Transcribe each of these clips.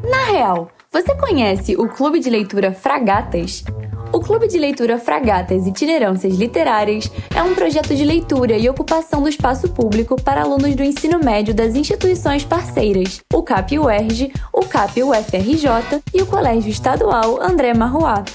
Na real, você conhece o Clube de Leitura Fragatas? O Clube de Leitura Fragatas Itinerâncias Literárias é um projeto de leitura e ocupação do espaço público para alunos do ensino médio das instituições parceiras, o CAP-UERJ, o CAP-UFRJ e o Colégio Estadual André Marroá.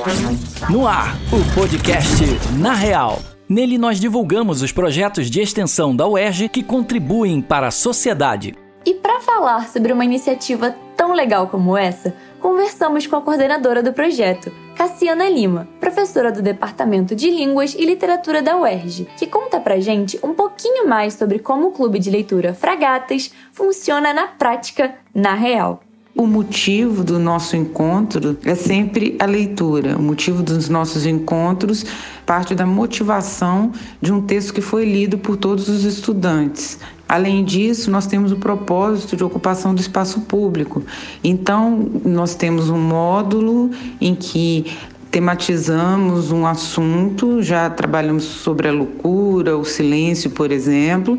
No ar, o podcast Na Real. Nele nós divulgamos os projetos de extensão da UERJ que contribuem para a sociedade. E para falar sobre uma iniciativa tão legal como essa, conversamos com a coordenadora do projeto, Cassiana Lima, professora do Departamento de Línguas e Literatura da UERJ, que conta pra gente um pouquinho mais sobre como o Clube de Leitura Fragatas funciona na prática, na real. O motivo do nosso encontro é sempre a leitura. O motivo dos nossos encontros parte da motivação de um texto que foi lido por todos os estudantes. Além disso, nós temos o propósito de ocupação do espaço público. Então, nós temos um módulo em que tematizamos um assunto, já trabalhamos sobre a loucura, o silêncio, por exemplo,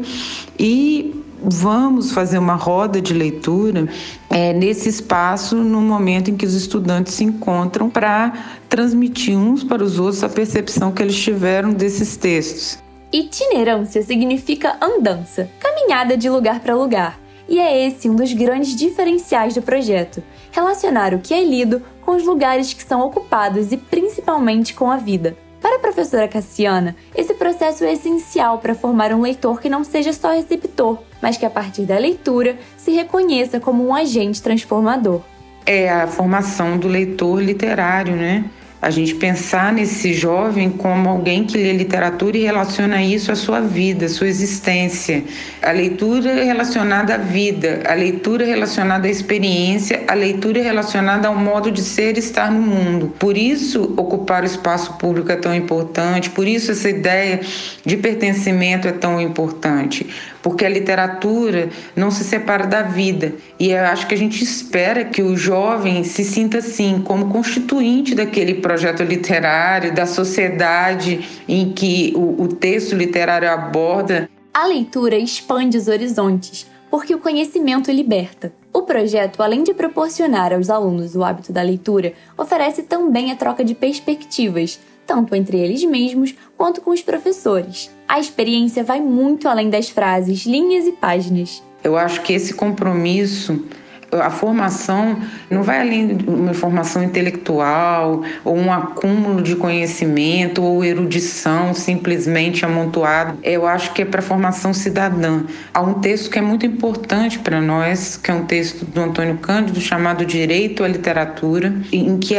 e vamos fazer uma roda de leitura nesse espaço no momento em que os estudantes se encontram para transmitir uns para os outros a percepção que eles tiveram desses textos. Itinerância significa andança, caminhada de lugar para lugar. E é esse um dos grandes diferenciais do projeto, relacionar o que é lido com os lugares que são ocupados e principalmente com a vida. Para a professora Cassiana, esse processo é essencial para formar um leitor que não seja só receptor, mas que a partir da leitura se reconheça como um agente transformador. É a formação do leitor literário, né? A gente pensar nesse jovem como alguém que lê literatura e relaciona isso à sua vida, à sua existência. A leitura relacionada à vida, a leitura relacionada à experiência, a leitura relacionada ao modo de ser e estar no mundo. Por isso, ocupar o espaço público é tão importante, por isso essa ideia de pertencimento é tão importante. Porque a literatura não se separa da vida. E eu acho que a gente espera que o jovem se sinta assim, como constituinte daquele projeto literário, da sociedade em que o texto literário aborda. A leitura expande os horizontes, porque o conhecimento liberta. O projeto, além de proporcionar aos alunos o hábito da leitura, oferece também a troca de perspectivas, tanto entre eles mesmos quanto com os professores. A experiência vai muito além das frases, linhas e páginas. Eu acho que esse compromisso, a formação não vai além de uma formação intelectual ou um acúmulo de conhecimento ou erudição simplesmente amontoado. Eu acho que é para a formação cidadã. Há um texto que é muito importante para nós, que é um texto do Antônio Cândido chamado Direito à Literatura, em que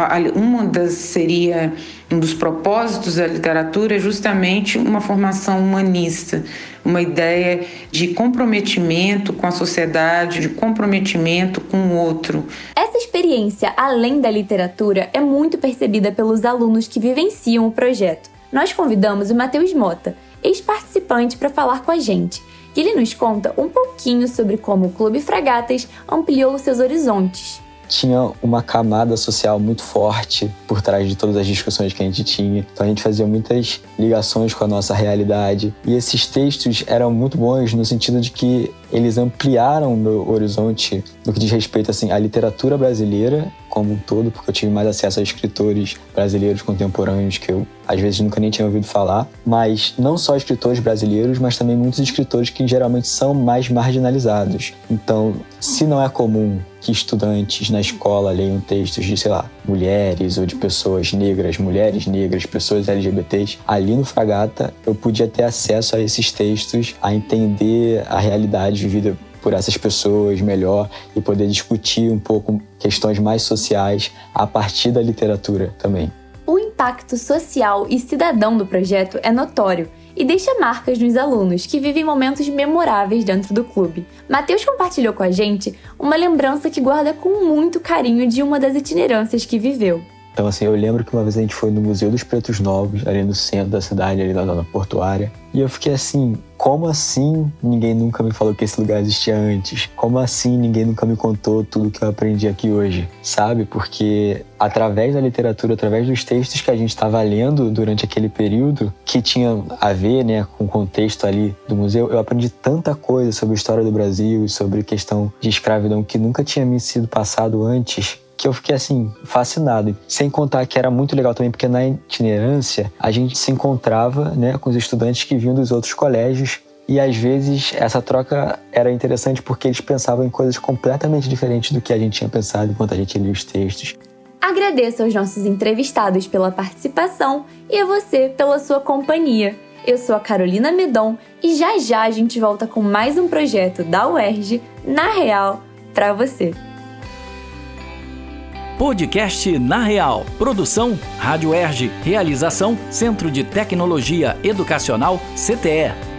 um dos propósitos da literatura é justamente uma formação humanista, uma ideia de comprometimento com a sociedade, de comprometimento com o outro. Essa experiência, além da literatura, é muito percebida pelos alunos que vivenciam o projeto. Nós convidamos o Matheus Mota, ex-participante, para falar com a gente. E ele nos conta um pouquinho sobre como o Clube Fragatas ampliou seus horizontes. Tinha uma camada social muito forte por trás de todas as discussões que a gente tinha. Então a gente fazia muitas ligações com a nossa realidade. E esses textos eram muito bons no sentido de que eles ampliaram o meu horizonte no que diz respeito à literatura brasileira como um todo, porque eu tive mais acesso a escritores brasileiros contemporâneos que eu, às vezes, nunca nem tinha ouvido falar. Mas não só escritores brasileiros, mas também muitos escritores que geralmente são mais marginalizados. Então, se não é comum que estudantes na escola leiam textos de, mulheres ou de pessoas negras, mulheres negras, pessoas LGBTs, ali no Fragata eu podia ter acesso a esses textos, a entender a realidade vivida por essas pessoas melhor e poder discutir um pouco questões mais sociais a partir da literatura também. O impacto social e cidadão do projeto é notório e deixa marcas nos alunos que vivem momentos memoráveis dentro do clube. Matheus compartilhou com a gente uma lembrança que guarda com muito carinho de uma das itinerâncias que viveu. Então, assim, eu lembro que uma vez a gente foi no Museu dos Pretos Novos, ali no centro da cidade, ali na zona portuária. E eu fiquei assim, como assim ninguém nunca me falou que esse lugar existia antes? Como assim ninguém nunca me contou tudo que eu aprendi aqui hoje? Sabe? Porque através da literatura, através dos textos que a gente estava lendo durante aquele período, que tinha a ver, né, com o contexto ali do museu, eu aprendi tanta coisa sobre a história do Brasil, sobre questão de escravidão que nunca tinha me sido passado antes, que eu fiquei, assim, fascinado. Sem contar que era muito legal também, porque na itinerância a gente se encontrava, né, com os estudantes que vinham dos outros colégios e, às vezes, essa troca era interessante porque eles pensavam em coisas completamente diferentes do que a gente tinha pensado enquanto a gente lia os textos. Agradeço aos nossos entrevistados pela participação e a você pela sua companhia. Eu sou a Carolina Medon e já a gente volta com mais um projeto da UERJ, Na Real, para você. Podcast Na Real. Produção Rádio UERJ. Realização Centro de Tecnologia Educacional, CTE.